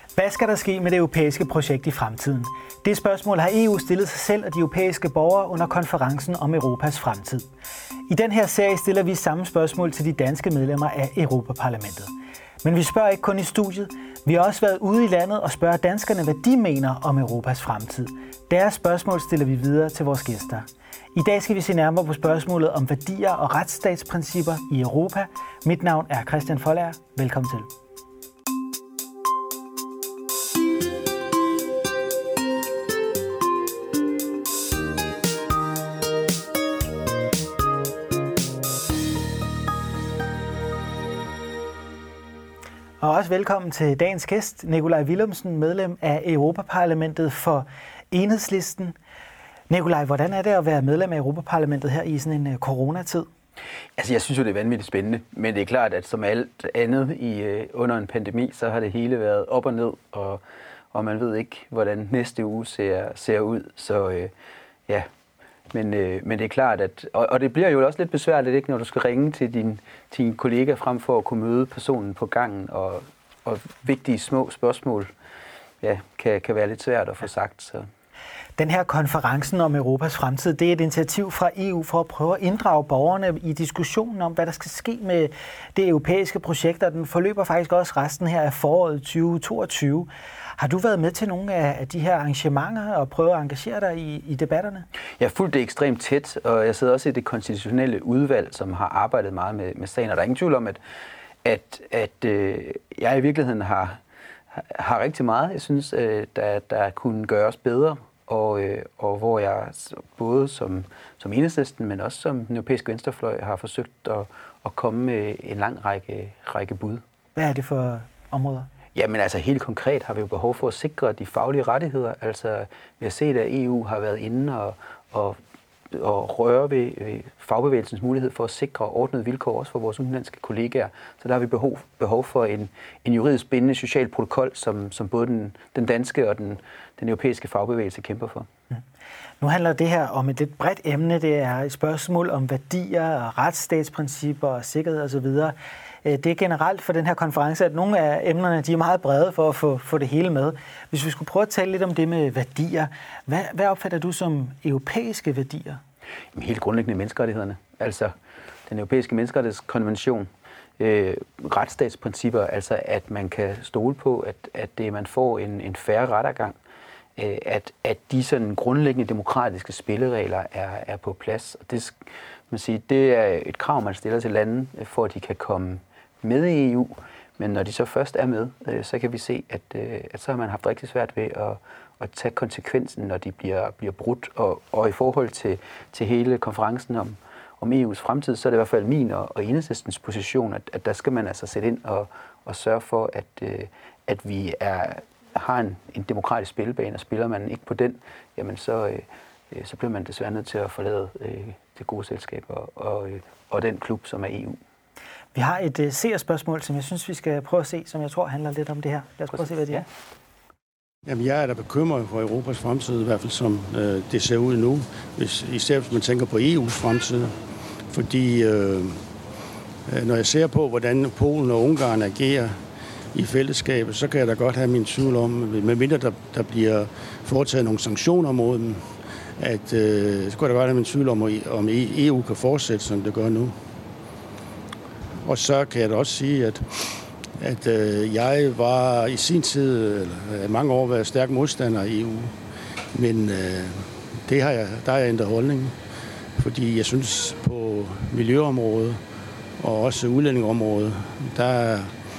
Hvad skal der ske med det europæiske projekt i fremtiden? Det spørgsmål har EU stillet sig selv og de europæiske borgere under konferencen om Europas fremtid. I den her serie stiller vi samme spørgsmål til de danske medlemmer af Europaparlamentet. Men vi spørger ikke kun i studiet. Vi har også været ude i landet og spørger danskerne, hvad de mener om Europas fremtid. Deres spørgsmål stiller vi videre til vores gæster. I dag skal vi se nærmere på spørgsmålet om værdier og retsstatsprincipper i Europa. Mit navn er Christian Folager. Velkommen til. Og også velkommen til dagens gæst, Nikolaj Villumsen, medlem af Europaparlamentet for Enhedslisten. Nikolaj, hvordan er det at være medlem af Europaparlamentet her i sådan en coronatid? Altså, jeg synes jo, det er vanvittigt spændende, men det er klart, at som alt andet under en pandemi, så har det hele været op og ned, og man ved ikke, hvordan næste uge ser ud. Så ja, men det er klart, at og det bliver jo også lidt besværligt, ikke, når du skal ringe til din kollega frem for at kunne møde personen på gangen, og vigtige små spørgsmål kan være lidt svært at få sagt. Så. Den her konferencen om Europas fremtid, det er et initiativ fra EU for at prøve at inddrage borgerne i diskussionen om, hvad der skal ske med det europæiske projekt, og den forløber faktisk også resten her af foråret 2022. Har du været med til nogle af de her arrangementer og prøvet at engagere dig i debatterne? Jeg har fulgt det ekstremt tæt, og jeg sidder også i det konstitutionelle udvalg, som har arbejdet meget med sagen, og der er ingen tvivl om, at jeg i virkeligheden har rigtig meget, jeg synes, der kunne gøres bedre, og hvor jeg både som Enhedslisten, men også som den europæiske venstrefløj har forsøgt at komme med en lang række bud. Hvad er det for områder? Jamen altså helt konkret har vi jo behov for at sikre de faglige rettigheder. Altså vi har set, at EU har været inde og røre ved fagbevægelsens mulighed for at sikre ordnede vilkår også for vores udenlandske kollegaer. Så der har vi behov for en juridisk bindende social protokol, som både den danske og den europæiske fagbevægelse kæmper for. Nu handler det her om et lidt bredt emne. Det er et spørgsmål om værdier og retsstatsprincipper og sikkerhed osv. Det er generelt for den her konference, at nogle af emnerne de er meget brede for at få det hele med. Hvis vi skulle prøve at tale lidt om det med værdier, hvad opfatter du som europæiske værdier? Jamen, helt grundlæggende menneskerettighederne. Altså den europæiske menneskerettighedskonvention, retsstatsprincipper, altså at man kan stole på, at man får en fair rettergang, at de sådan grundlæggende demokratiske spilleregler er på plads. Og det er et krav, man stiller til lande, for at de kan komme med i EU. Men når de så først er med, så kan vi se, at så har man haft rigtig svært ved at tage konsekvensen, når de bliver brudt. Og i forhold til hele konferencen om EU's fremtid, så er det i hvert fald min og Enhedslistens position, at der skal man altså sætte ind og sørge for, at vi har en demokratisk spillebane, og spiller man ikke på den, jamen så bliver man desværre nødt til at forlade det gode selskab og den klub, som er EU. Vi har et seerspørgsmål, som jeg synes, vi skal prøve at se, som jeg tror handler lidt om det her. Lad os prøve at se, hvad det er. Jamen, jeg er da bekymret for Europas fremtid, i hvert fald som det ser ud nu, især hvis man tænker på EU's fremtid. Fordi når jeg ser på, hvordan Polen og Ungarn agerer i fællesskabet, så kan jeg da godt have min tvivl om, medmindre der bliver foretaget nogle sanktioner mod dem, så kunne jeg da godt have min tvivl om EU kan fortsætte, som det gør nu. Og så kan jeg da også sige, at jeg var i sin tid, mange år, været stærk modstander af EU. Men der har jeg ændret holdning. Fordi jeg synes, på miljøområdet og også udlændingeområdet, der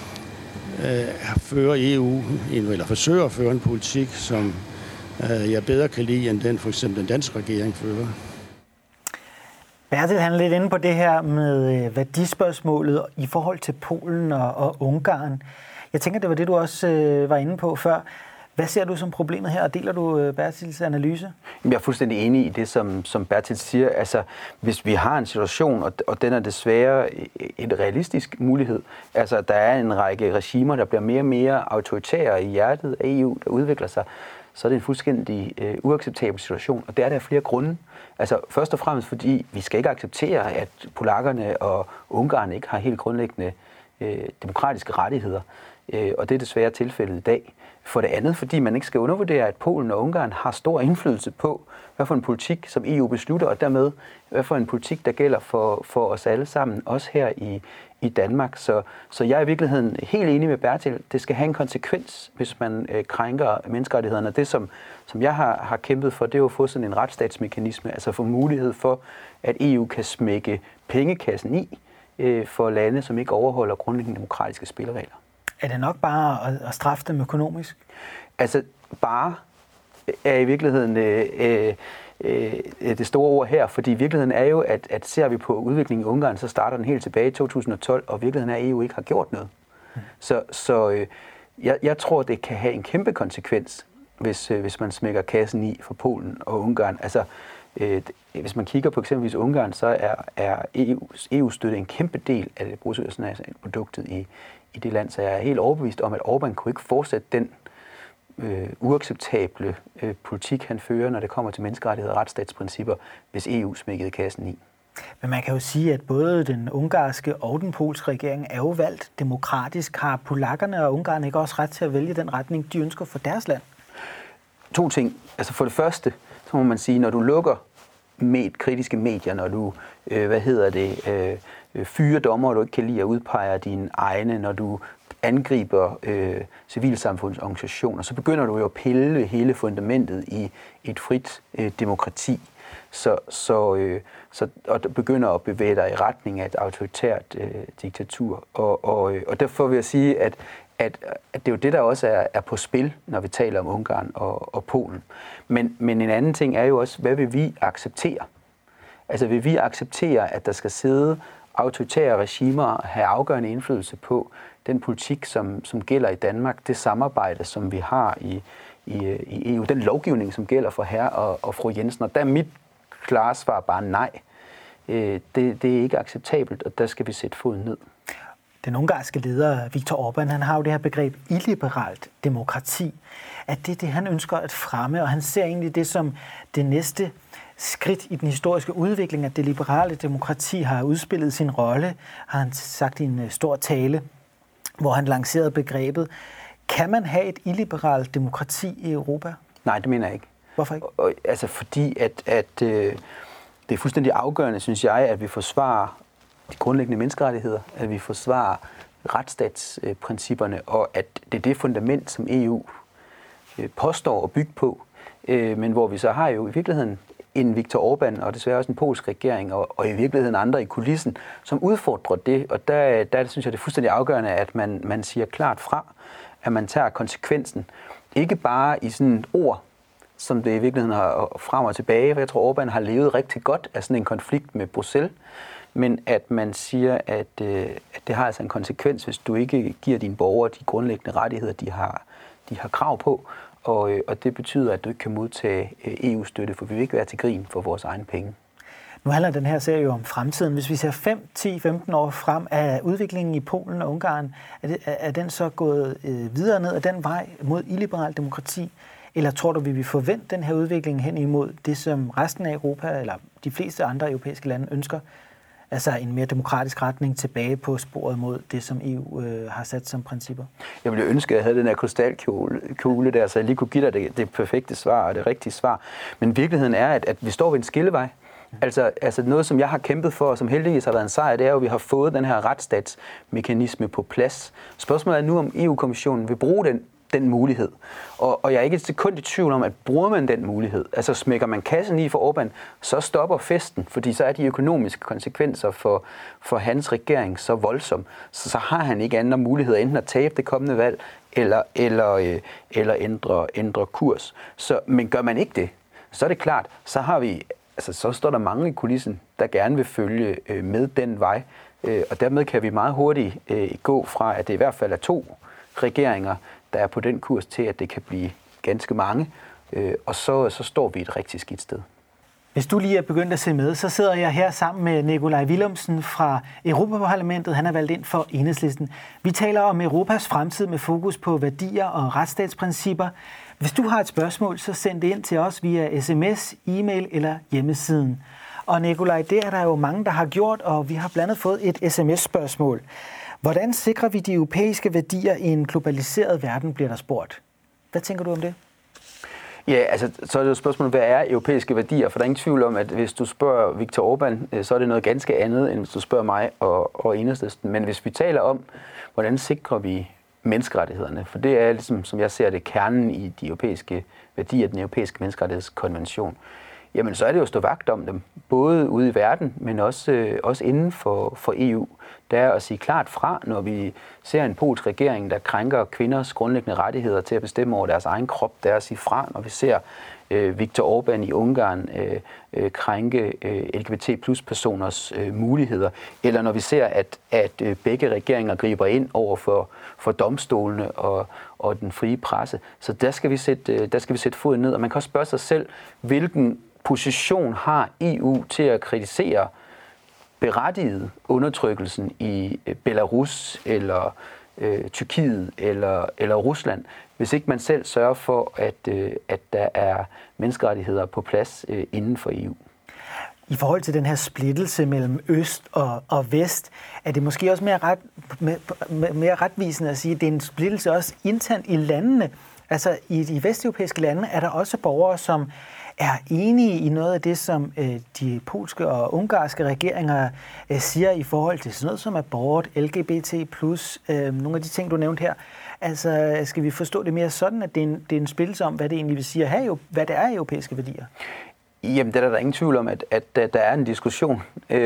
fører EU, eller forsøger at føre en politik, som jeg bedre kan lide, end den for eksempel den danske regering fører. Bertel, han er lidt inde på det her med værdispørgsmålet i forhold til Polen og Ungarn. Jeg tænker, det var det, du også var inde på før. Hvad ser du som problemet her, og deler du Bertils analyse? Jeg er fuldstændig enig i det, som Bertil siger. Altså, hvis vi har en situation, og den er desværre en realistisk mulighed, altså der er en række regimer, der bliver mere og mere autoritære i hjertet af EU, der udvikler sig, så er det en fuldstændig uacceptabel situation, og det er der flere grunde. Altså først og fremmest fordi vi skal ikke acceptere, at polakkerne og Ungarn ikke har helt grundlæggende demokratiske rettigheder. og det er desværre tilfældet i dag. For det andet, fordi man ikke skal undervurdere, at Polen og Ungarn har stor indflydelse på, hvad for en politik, som EU beslutter, og dermed, hvad for en politik, der gælder for os alle sammen, også her i Danmark. Så jeg er i virkeligheden helt enig med Bertil. Det skal have en konsekvens, hvis man krænker menneskerettighederne. Og det, som jeg har kæmpet for, det er jo at få sådan en retsstatsmekanisme, altså få mulighed for, at EU kan smække pengekassen i for lande, som ikke overholder grundlæggende demokratiske spilleregler. Er det nok bare at straffe dem økonomisk? Altså, bare er i virkeligheden det store ord her, fordi virkeligheden er jo, at ser vi på udviklingen i Ungarn, så starter den helt tilbage i 2012, og virkeligheden er, at EU ikke har gjort noget. Så jeg tror, det kan have en kæmpe konsekvens, hvis man smækker kassen i for Polen og Ungarn. Altså, hvis man kigger på eksempelvis Ungarn, så er EU-støtte en kæmpe del af det bruttonationalproduktet i det land, så jeg er helt overbevist om, at Orbán kunne ikke fortsætte den uacceptable politik, han fører, når det kommer til menneskerettigheder og retsstatsprincipper, hvis EU smækkede kassen i. Men man kan jo sige, at både den ungarske og den polske regering er jo valgt demokratisk. Har polakkerne og Ungarn ikke også ret til at vælge den retning, de ønsker for deres land? 2 ting. Altså for det første, så må man sige, når du lukker kritiske medier, når du fyrer dommer, du ikke kan lide at udpege dine egne, når du angriber civilsamfundsorganisationer, så begynder du jo at pille hele fundamentet i et frit demokrati. Og det begynder at bevæge dig i retning af et autoritært diktatur. Og derfor vil jeg sige, at det er jo det, der også er på spil, når vi taler om Ungarn og Polen. Men en anden ting er jo også, hvad vil vi acceptere? Altså vil vi acceptere, at der skal sidde autoritære regimer og have afgørende indflydelse på den politik, som gælder i Danmark, det samarbejde, som vi har i EU, den lovgivning, som gælder for herre og fru Jensen. Og der er mit klare svar bare nej. Det er ikke acceptabelt, og der skal vi sætte foden ned. Den ungarske leder, Viktor Orbán, han har jo det her begreb illiberalt demokrati. At det er det, han ønsker at fremme, og han ser egentlig det som det næste skridt i den historiske udvikling, at det liberale demokrati har udspillet sin rolle, har han sagt i en stor tale, hvor han lancerede begrebet. Kan man have et illiberalt demokrati i Europa? Nej, det mener jeg ikke. Hvorfor ikke? Altså fordi, at det er fuldstændig afgørende, synes jeg, at vi forsvarer de grundlæggende menneskerettigheder, at vi forsvarer retsstatsprincipperne, og at det er det fundament, som EU påstår at bygge på, men hvor vi så har jo i virkeligheden en Viktor Orbán og desværre også en polsk regering, og i virkeligheden andre i kulissen, som udfordrer det, og der synes jeg, det er fuldstændig afgørende, at man siger klart fra, at man tager konsekvensen, ikke bare i sådan et ord, som det i virkeligheden har frem og tilbage, for jeg tror, Orbán har levet rigtig godt af sådan en konflikt med Bruxelles, men at man siger, at det har altså en konsekvens, hvis du ikke giver dine borgere de grundlæggende rettigheder, de har krav på, og det betyder, at du ikke kan modtage EU-støtte, for vi vil ikke være til grin for vores egne penge. Nu handler den her serie jo om fremtiden. Hvis vi ser 5, 10, 15 år frem af udviklingen i Polen og Ungarn, er den så gået videre ned ad den vej mod illiberal demokrati? Eller tror du, vi vil forvente den her udvikling hen imod det, som resten af Europa, eller de fleste andre europæiske lande ønsker? Altså en mere demokratisk retning tilbage på sporet mod det, som EU har sat som principper? Jeg ville ønske, at jeg havde den her krystalkugle der, så jeg lige kunne give dig det perfekte svar og det rigtige svar. Men virkeligheden er, at vi står ved en skillevej. Altså noget, som jeg har kæmpet for, og som heldigvis har været en sejr, det er jo, at vi har fået den her retsstatsmekanisme på plads. Spørgsmålet er nu, om EU-kommissionen vil bruge den mulighed. Og jeg er ikke et sekund i tvivl om, at bruger man den mulighed, altså smækker man kassen i for Orbán, så stopper festen, fordi så er de økonomiske konsekvenser for hans regering så voldsomme. Så har han ikke andre muligheder, enten at tabe det kommende valg, eller ændre kurs. Men gør man ikke det, så er det klart, så står der mange i kulissen, der gerne vil følge med den vej. Og dermed kan vi meget hurtigt gå fra, at det i hvert fald er 2 regeringer, der er på den kurs til, at det kan blive ganske mange, og så står vi et rigtig skidt sted. Hvis du lige er begyndt at se med, så sidder jeg her sammen med Nikolaj Villumsen fra Europaparlamentet. Han er valgt ind for Enhedslisten. Vi taler om Europas fremtid med fokus på værdier og retsstatsprincipper. Hvis du har et spørgsmål, så send det ind til os via sms, e-mail eller hjemmesiden. Og Nikolaj, det er der jo mange, der har gjort, og vi har blandt andet fået et sms-spørgsmål, Hvordan sikrer vi de europæiske værdier i en globaliseret verden, bliver der spurgt. Hvad tænker du om det? Ja, altså, så er det jo spørgsmålet, hvad er europæiske værdier? For der er ingen tvivl om, at hvis du spørger Viktor Orbán, så er det noget ganske andet, end hvis du spørger mig og Enhedslisten. Men hvis vi taler om, hvordan sikrer vi menneskerettighederne, for det er ligesom, som jeg ser det, kernen i de europæiske værdier, den europæiske menneskerettighedskonvention, jamen så er det jo at stå vagt om dem, både ude i verden, men også inden for EU. Det er at sige klart fra, når vi ser en polsk regering, der krænker kvinders grundlæggende rettigheder til at bestemme over deres egen krop. Det er at sige fra, når vi ser Viktor Orbán i Ungarn krænke LGBT plus personers muligheder, eller når vi ser, at begge regeringer griber ind over for domstolene og den frie presse. Så der skal vi sætte foden ned, og man kan også spørge sig selv, hvilken position har EU til at kritisere berettiget undertrykkelsen i Belarus eller Tyrkiet eller Rusland, hvis ikke man selv sørger for, at der er menneskerettigheder på plads inden for EU. I forhold til den her splittelse mellem øst og vest, er det måske også mere retvisende at sige, at det er en splittelse også internt i landene. Altså i de vesteuropæiske lande er der også borgere, som er enige i noget af det, som de polske og ungarske regeringer siger i forhold til sådan noget som abort, LGBT+, nogle af de ting, du nævnte her. Altså, skal vi forstå det mere sådan, at det er en splittelse om, hvad det egentlig vil sige at have, hvad det er europæiske værdier? Jamen, der er der ingen tvivl om, at der er en diskussion.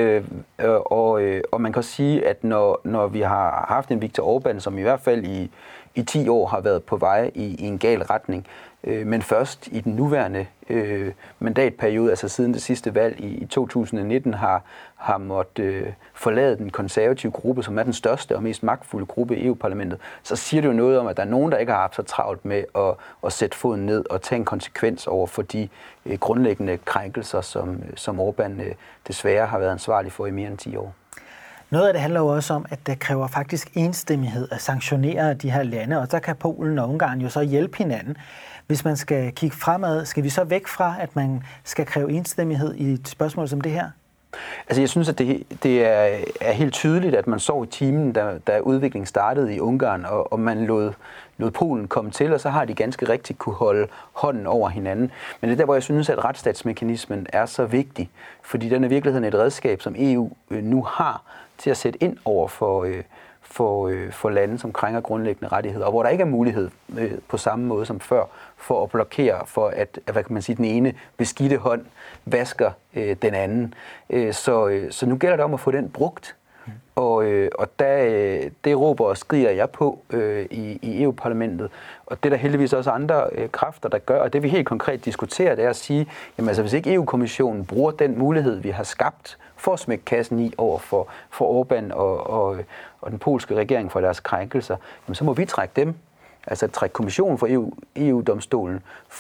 Og man kan sige, at når vi har haft en Viktor Orbán, som i hvert fald i 10 år har været på vej i en gal retning, men først i den nuværende mandatperiode, altså siden det sidste valg i 2019, har måttet forlade den konservative gruppe, som er den største og mest magtfulde gruppe i EU-parlamentet, så siger det jo noget om, at der er nogen, der ikke har haft så travlt med at sætte foden ned og tage en konsekvens over for de grundlæggende krænkelser, som Orbán desværre har været ansvarlig for i mere end 10 år. Noget af det handler jo også om, at der kræver faktisk enstemmighed at sanktionere de her lande, og der kan Polen og Ungarn jo så hjælpe hinanden. Hvis man skal kigge fremad, skal vi så væk fra, at man skal kræve enstemmighed i et spørgsmål som det her? Altså jeg synes, at det er helt tydeligt, at man så i timen, da udviklingen startede i Ungarn, og man lod Polen komme til, og så har de ganske rigtigt kunne holde hånden over hinanden. Men det er der, hvor jeg synes, at retsstatsmekanismen er så vigtig, fordi den er i virkeligheden et redskab, som EU nu har til at sætte ind over for lande, som krænker grundlæggende rettigheder, og hvor der ikke er mulighed på samme måde som før for at blokere for, at hvad kan man sige, den ene beskidte hånd vasker den anden. Så nu gælder det om at få den brugt, og det råber og skriger jeg på i EU-parlamentet, og det er der heldigvis også andre kræfter, der gør, og det vi helt konkret diskuterer, det er at sige, jamen altså hvis ikke EU-kommissionen bruger den mulighed, vi har skabt for at smække kassen i over for Orbán og den polske regering for deres krænkelser, jamen så må vi trække dem, altså trække kommissionen for EU-domstolen,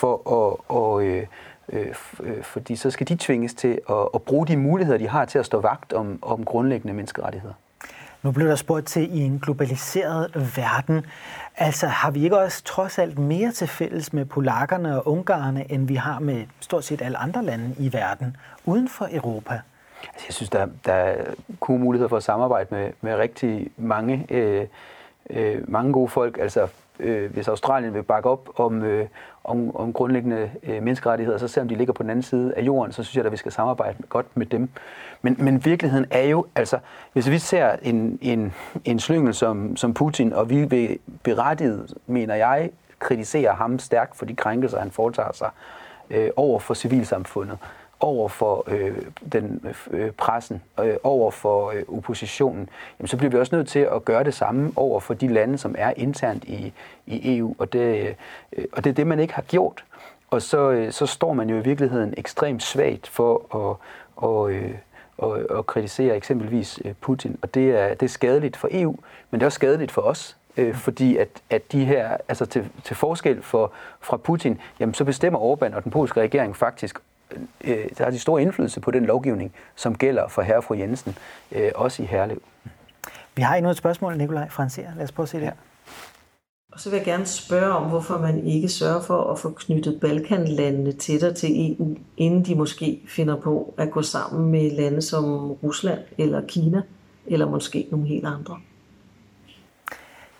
fordi så skal de tvinges til at bruge de muligheder, de har til at stå vagt om grundlæggende menneskerettigheder. Nu blev der spurgt til i en globaliseret verden. Altså har vi ikke også trods alt mere til fælles med polakkerne og ungarerne, end vi har med stort set alle andre lande i verden uden for Europa? Altså, jeg synes, der er gode muligheder for at samarbejde med rigtig mange gode folk. Altså, hvis Australien vil bakke op om grundlæggende menneskerettigheder, så selvom de ligger på den anden side af jorden, så synes jeg, at vi skal samarbejde godt med dem. Men virkeligheden er jo, altså, hvis vi ser en slyngel som Putin, og vi vil berettiget, mener jeg, kritisere ham stærkt for de krænkelser, han foretager sig over for civilsamfundet, over for pressen, over for oppositionen, jamen, så bliver vi også nødt til at gøre det samme over for de lande, som er internt i EU, og det er det, man ikke har gjort. Og så står man jo i virkeligheden ekstremt svagt for at kritisere eksempelvis Putin, og det er skadeligt for EU, men det er også skadeligt for os, fordi at de her, altså til forskel fra Putin, jamen så bestemmer Orbán og den polske regering faktisk, der har de stor indflydelse på den lovgivning, som gælder for herre og fru Jensen, også i Herlev. Vi har endnu et spørgsmål, Nikolaj Franzér. Lad os prøve at se det her. Og så vil jeg gerne spørge om, hvorfor man ikke sørger for at få knyttet Balkanlandene tættere til EU, inden de måske finder på at gå sammen med lande som Rusland eller Kina, eller måske nogle helt andre.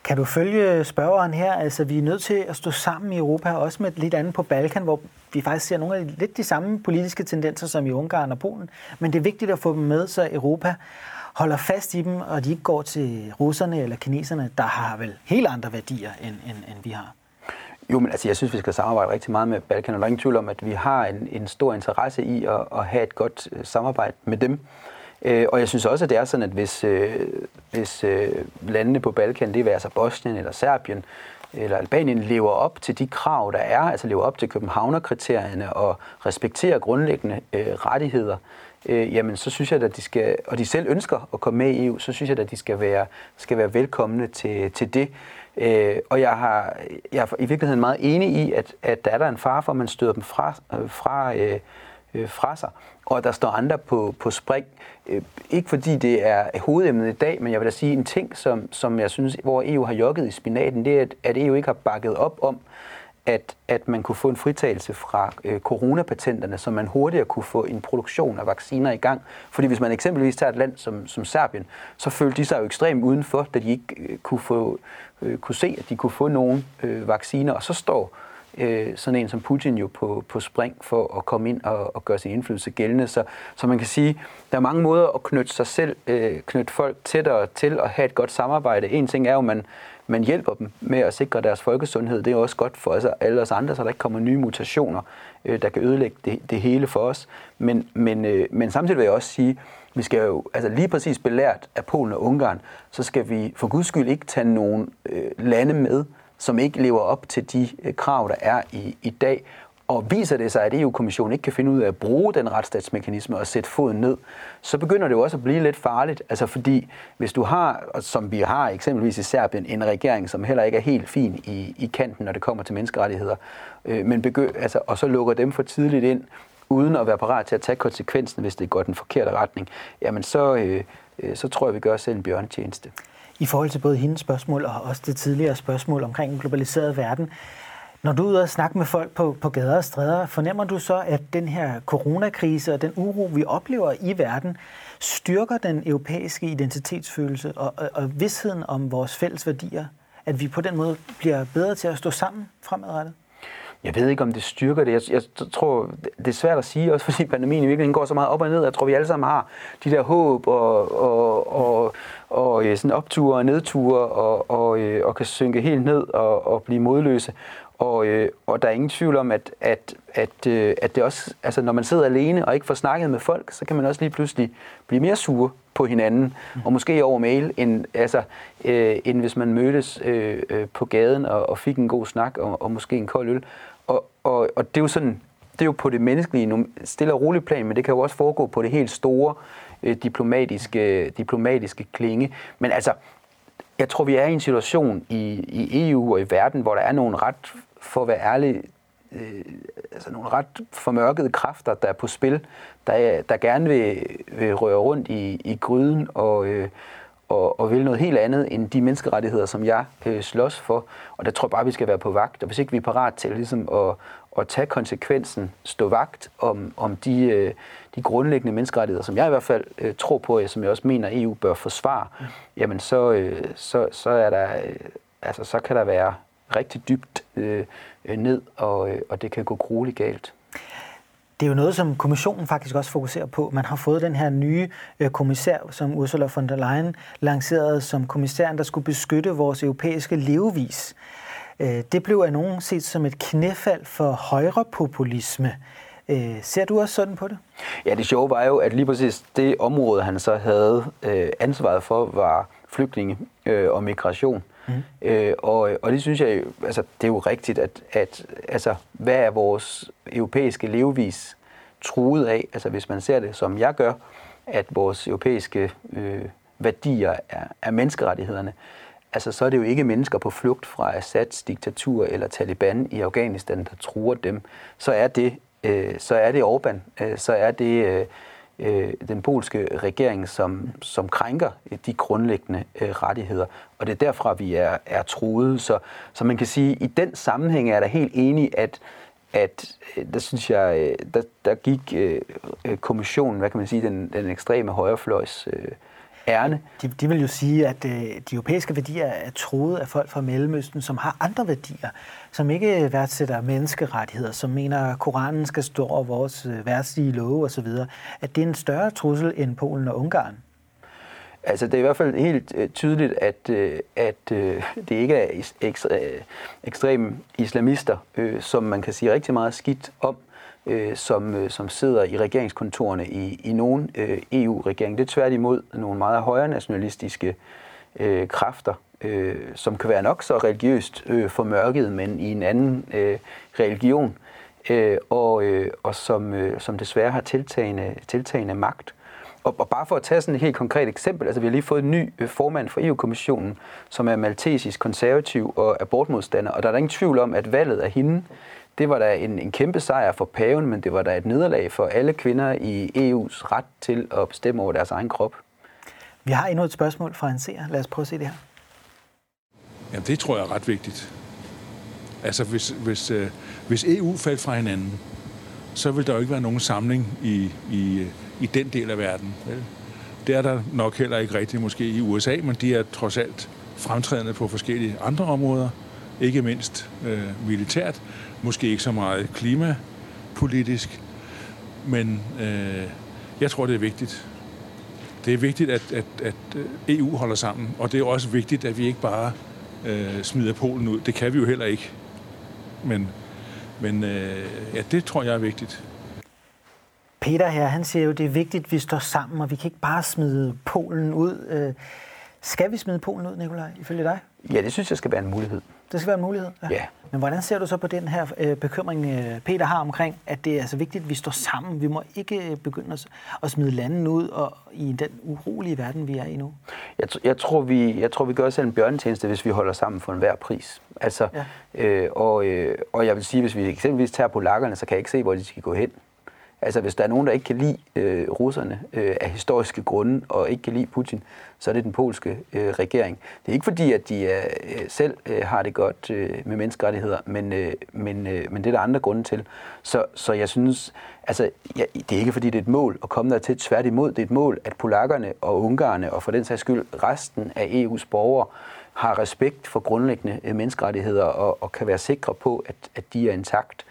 Kan du følge spørgeren her? Altså, vi er nødt til at stå sammen i Europa, også med lidt andet på Balkan, hvor vi faktisk ser nogle af lidt de samme politiske tendenser som i Ungarn og Polen. Men det er vigtigt at få dem med, så Europa holder fast i dem, og de ikke går til russerne eller kineserne, der har vel helt andre værdier, end vi har. Jo, men altså, jeg synes, vi skal samarbejde rigtig meget med Balkan, og der er ingen tvivl om, at vi har en stor interesse i at have et godt samarbejde med dem. Og jeg synes også, at det er sådan, at hvis landene på Balkan, det vil altså Bosnien eller Serbien eller Albanien, lever op til de krav, der er, altså lever op til Københavnerkriterierne og respekterer grundlæggende rettigheder, jamen så synes jeg, at de skal, og de selv ønsker at komme med i EU, så synes jeg, at de skal være velkomne til det. Og jeg er i virkeligheden meget enig i, at der er en fare for, at man støder dem fra sig, og der står andre på spring. Ikke fordi det er hovedemnet i dag, men jeg vil da sige en ting, som jeg synes, hvor EU har jokket i spinaten, det er, at EU ikke har bakket op om, at man kunne få en fritagelse fra coronapatenterne, så man hurtigere kunne få en produktion af vacciner i gang. Fordi hvis man eksempelvis tager et land som Serbien, så følte de sig jo ekstremt udenfor, da de ikke kunne se, at de kunne få nogle vacciner, og så står sådan en som Putin jo på spring for at komme ind og gøre sin indflydelse gældende. Så man kan sige, der er mange måder at knytte folk tættere til og have et godt samarbejde. En ting er jo, man hjælper dem med at sikre deres folkesundhed. Det er også godt for alle os andre, så der ikke kommer nye mutationer, der kan ødelægge det hele for os. Men samtidig vil jeg også sige, vi skal jo altså lige præcis belært af Polen og Ungarn, så skal vi for guds skyld ikke tage nogle lande med, som ikke lever op til de krav, der er i dag. Og viser det sig, at EU-kommissionen ikke kan finde ud af at bruge den retsstatsmekanisme og sætte foden ned, så begynder det jo også at blive lidt farligt. Altså fordi, hvis du har, som vi har eksempelvis i Serbien, en regering, som heller ikke er helt fin i kanten, når det kommer til menneskerettigheder, og så lukker dem for tidligt ind, uden at være parat til at tage konsekvensen, hvis det går den forkerte retning, jamen så tror jeg, vi gør os selv en bjørnetjeneste. I forhold til både hendes spørgsmål og også det tidligere spørgsmål omkring en globaliseret verden, når du er ude og snakke med folk på gader og stræder, fornemmer du så, at den her coronakrise og den uro, vi oplever i verden, styrker den europæiske identitetsfølelse og vidstheden om vores fælles værdier? At vi på den måde bliver bedre til at stå sammen fremadrettet? Jeg ved ikke, om det styrker det. Jeg tror, det er svært at sige, også fordi pandemien i virkeligheden går så meget op og ned. Jeg tror, vi alle sammen har de der håb og sådan opture og nedture og kan synke helt ned og blive modløse. Og der er ingen tvivl om, at det også, altså når man sidder alene og ikke får snakket med folk, så kan man også lige pludselig blive mere sure på hinanden, og måske over mail, end hvis man mødtes på gaden og fik en god snak og måske en kold øl. Og det er jo sådan, det er jo på det menneskelige, stille og roligt plan, men det kan jo også foregå på det helt store diplomatiske klinge. Men altså, jeg tror, vi er i en situation i EU og i verden, hvor der er nogle ret, for at være ærlig, nogle ret formørkede kræfter, der er på spil, der gerne vil røre rundt i gryden og vil noget helt andet end de menneskerettigheder, som jeg slås for. Og der tror jeg bare, vi skal være på vagt. Og hvis ikke vi er parat til ligesom at tage konsekvensen, stå vagt om de grundlæggende menneskerettigheder, som jeg i hvert fald tror på, og som jeg også mener, EU bør forsvare, jamen så er der, altså så kan der være rigtig dybt ned, og det kan gå grueligt galt. Det er jo noget, som kommissionen faktisk også fokuserer på. Man har fået den her nye kommissær, som Ursula von der Leyen lancerede som kommissæren, der skulle beskytte vores europæiske levevis. Det blev af nogen set som et knæfald for højrepopulisme. Ser du også sådan på det? Ja, det sjove var jo, at lige præcis det område, han så havde ansvaret for, var flygtninge og migration. Og det synes jeg jo, altså det er jo rigtigt, at altså, hvad er vores europæiske levevis truet af? Altså hvis man ser det, som jeg gør, at vores europæiske værdier er menneskerettighederne, altså så er det jo ikke mennesker på flugt fra Assads diktatur eller Taliban i Afghanistan, der truer dem. Så er det Orbán, så er det den polske regering, som krænker de grundlæggende rettigheder. Og det er derfra, vi er truet. Så man kan sige, at i den sammenhæng er jeg da helt enig, at der synes jeg, der gik kommissionen, hvad kan man sige, den ekstreme højrefløjs ærne. De vil jo sige, at de europæiske værdier er truet af folk fra Mellemøsten, som har andre værdier, som ikke værdsætter menneskerettigheder, som mener, at Koranen skal stå over vores verdslige love osv., at det er en større trussel end Polen og Ungarn. Altså, det er i hvert fald helt tydeligt, at det ikke er ekstreme islamister, som man kan sige rigtig meget skidt om, som sidder i regeringskontorene i nogle EU-regeringer. Det er tværtimod nogle meget højre nationalistiske kræfter, som kan være nok så religiøst formørket, men i en anden religion, og som desværre har tiltagende magt. Og bare for at tage sådan et helt konkret eksempel, altså vi har lige fået en ny formand for EU-kommissionen, som er maltesisk konservativ og abortmodstander, og der er der ingen tvivl om, at valget af hende, det var da en kæmpe sejr for paven, men det var da et nederlag for alle kvinder i EU's ret til at bestemme over deres egen krop. Vi har endnu et spørgsmål fra en seer. Lad os prøve at se det her. Jamen, det tror jeg er ret vigtigt. Altså, hvis EU faldt fra hinanden, så vil der jo ikke være nogen samling i den del af verden. Vel? Det er der nok heller ikke rigtigt måske i USA, men de er trods alt fremtrædende på forskellige andre områder. Ikke mindst militært. Måske ikke så meget klimapolitisk. Men jeg tror, det er vigtigt. Det er vigtigt, at EU holder sammen. Og det er også vigtigt, at vi ikke bare smider Polen ud. Det kan vi jo heller ikke. Men ja, det tror jeg er vigtigt. Peter her, han siger jo, at det er vigtigt, at vi står sammen, og vi kan ikke bare smide Polen ud. Skal vi smide Polen ud, Nikolaj, ifølge dig? Ja, det synes jeg skal være en mulighed. Det skal være en mulighed? Ja. Men hvordan ser du så på den her bekymring, Peter har omkring, at det er altså vigtigt, at vi står sammen? Vi må ikke begynde at smide landene ud og i den urolige verden, vi er i nu. Jeg tror, vi gør os selv en bjørnetjeneste, hvis vi holder sammen for enhver pris. Altså, ja. Og jeg vil sige, hvis vi eksempelvis tager polakkerne, så kan jeg ikke se, hvor de skal gå hen. Altså, hvis der er nogen, der ikke kan lide russerne af historiske grunde, og ikke kan lide Putin, så er det den polske regering. Det er ikke fordi, at de selv har det godt med menneskerettigheder, men det er der andre grunde til. Så jeg synes, altså, det er ikke fordi, det er et mål at komme der til. Tværtimod, det er et mål, at polakkerne og ungarerne, og for den sags skyld resten af EU's borgere, har respekt for grundlæggende menneskerettigheder og kan være sikre på, at de er intakt.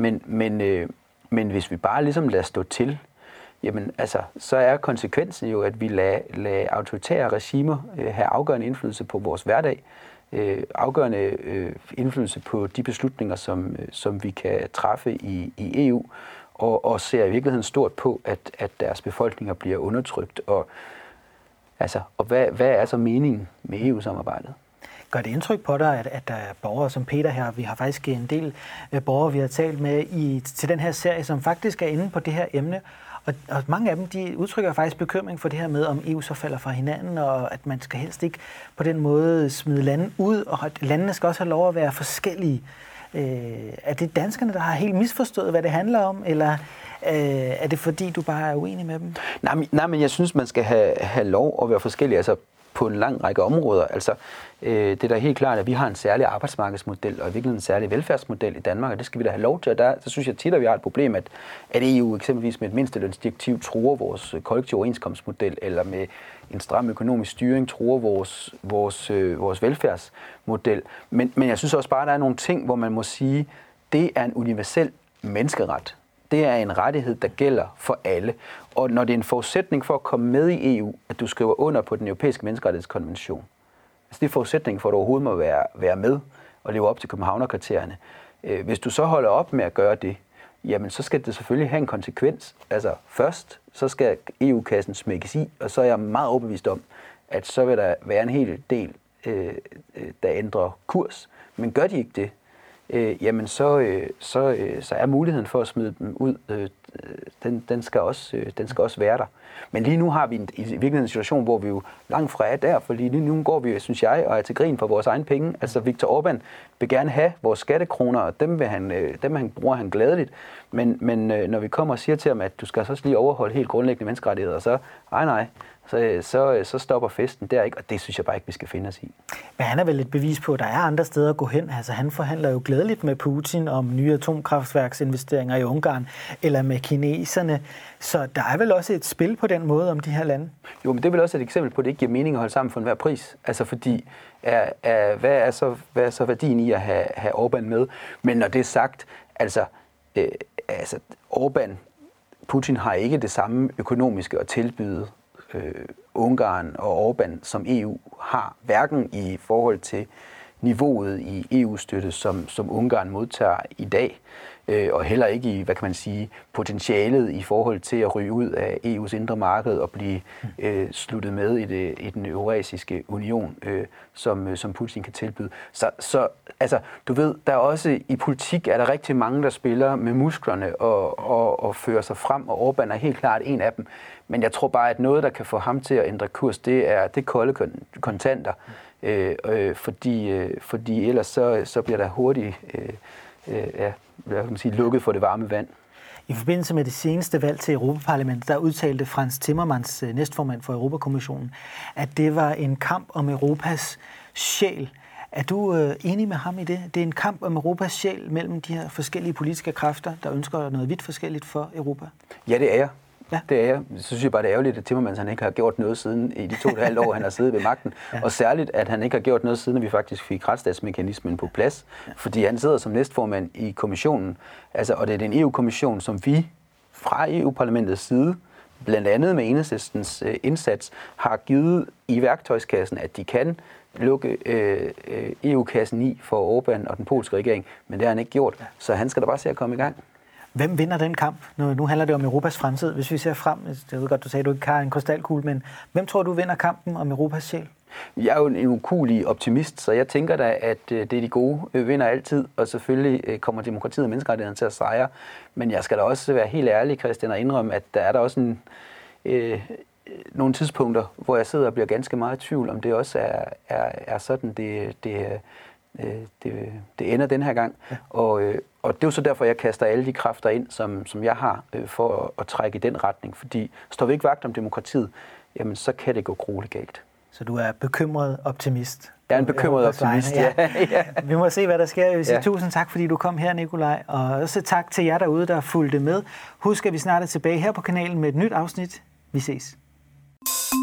Men hvis vi bare ligesom lader stå til, jamen altså, så er konsekvensen jo, at vi lader autoritære regimer have afgørende indflydelse på vores hverdag, afgørende indflydelse på de beslutninger, som vi kan træffe i EU, og ser i virkeligheden stort på, at deres befolkninger bliver undertrykt. Og hvad er så meningen med EU-samarbejdet? Gør det indtryk på dig, at der er borgere som Peter her? Vi har faktisk en del borgere, vi har talt med til den her serie, som faktisk er inde på det her emne. Og mange af dem, de udtrykker faktisk bekymring for det her med, om EU så falder fra hinanden, og at man skal helst ikke på den måde smide lande ud, og at landene skal også have lov at være forskellige. Er det danskerne, der har helt misforstået, hvad det handler om, eller er det fordi, du bare er uenig med dem? Nej, men jeg synes, man skal have lov at være forskellige, altså på en lang række områder. Altså, det er da helt klart, at vi har en særlig arbejdsmarkedsmodel, og virkelig en særlig velfærdsmodel i Danmark, og det skal vi da have lov til. Og der synes jeg tit, at vi har et problem, at EU eksempelvis med et mindstelønsdirektiv truer vores kollektive overenskomstmodel, eller med en stram økonomisk styring truer vores velfærdsmodel. Men jeg synes også bare, at der er nogle ting, hvor man må sige, det er en universel menneskeret. Det er en rettighed, der gælder for alle. Og når det er en forudsætning for at komme med i EU, at du skriver under på den europæiske menneskerettighedskonvention, altså det er forudsætningen for, at du overhovedet må være med og leve op til Københavnerkriterierne. Hvis du så holder op med at gøre det, jamen så skal det selvfølgelig have en konsekvens. Altså først, så skal EU-kassen smækkes i, og så er jeg meget overbevist om, at så vil der være en hel del, der ændrer kurs. Men gør de ikke det, jamen så er muligheden for at smide dem ud, den skal også være der. Men lige nu har vi i virkeligheden en situation, hvor vi jo langt fra er der, for lige nu går vi, synes jeg, og er til grin for vores egen penge. Altså Viktor Orbán vil gerne have vores skattekroner, og dem bruger han gladeligt. Men når vi kommer og siger til ham, at du skal så også lige overholde helt grundlæggende menneskerettigheder, så nej, så stopper festen der ikke, og det synes jeg bare ikke, vi skal finde os i. Men han er vel et bevis på, at der er andre steder at gå hen. Altså han forhandler jo glædeligt med Putin om nye atomkraftværksinvesteringer i Ungarn, eller med kineserne. Så der er vel også et spil på den måde om de her lande? Jo, men det er vel også et eksempel på, at det ikke giver mening at holde sammen for enhver pris. Altså fordi, hvad er så værdien i at have Orbán med? Men når det er sagt, altså Putin har ikke det samme økonomiske at tilbyde Ungarn og Orbán, som EU har, hverken i forhold til niveauet i EU-støtte, som Ungarn modtager i dag, og heller ikke i, hvad kan man sige, potentialet i forhold til at ryge ud af EU's indre marked og blive sluttet med i den eurasiske union, som Putin kan tilbyde. Så altså, du ved, der er også i politik er der rigtig mange, der spiller med musklerne og fører sig frem, og Orbán er helt klart en af dem. Men jeg tror bare, at noget, der kan få ham til at ændre kurs, det er kolde kontanter, fordi ellers så bliver der hurtigt lukket for det varme vand. I forbindelse med det seneste valg til Europaparlamentet, der udtalte Frans Timmermans, næstformand for Europakommissionen, at det var en kamp om Europas sjæl. Er du enig med ham i det? Det er en kamp om Europas sjæl mellem de her forskellige politiske kræfter, der ønsker noget vidt forskelligt for Europa? Ja, det er jeg. Ja. Det er jeg. Så synes jeg bare, det er ærgerligt, at Timmermans han ikke har gjort noget siden i de 2,5 år, han har siddet ved magten. Ja. Og særligt, at han ikke har gjort noget siden, at vi faktisk fik retsstatsmekanismen på plads. Ja. Fordi han sidder som næstformand i kommissionen. Altså, og det er den EU-kommission, som vi fra EU-parlamentets side, blandt andet med Enhedslistens indsats, har givet i værktøjskassen, at de kan lukke EU-kassen i for Orbán og den polske regering. Men det har han ikke gjort. Så han skal da bare se at komme i gang. Hvem vinder den kamp? Nu handler det om Europas fremtid. Hvis vi ser frem, jeg ved godt, du sagde, at du ikke har en krystalkugle, men hvem tror du vinder kampen om Europas sjæl? Jeg er jo en ukuelig optimist, så jeg tænker da, at det er de gode vinder altid, og selvfølgelig kommer demokratiet og menneskerettighederne til at sejre. Men jeg skal da også være helt ærlig, Christian, og indrømme, at der er der også nogle tidspunkter, hvor jeg sidder og bliver ganske meget i tvivl, om det også er sådan, det ender den her gang. Ja. Og det er jo så derfor, jeg kaster alle de kræfter ind, som jeg har, for at trække i den retning. Fordi står vi ikke vagt om demokratiet, jamen så kan det gå grueligt galt. Så du er bekymret optimist? Jeg er en bekymret optimist, ja. Vi må se, hvad der sker. Jeg vil sige tusind tak, fordi du kom her, Nikolaj. Og også tak til jer derude, der fulgte med. Husk, at vi snart er tilbage her på kanalen med et nyt afsnit. Vi ses.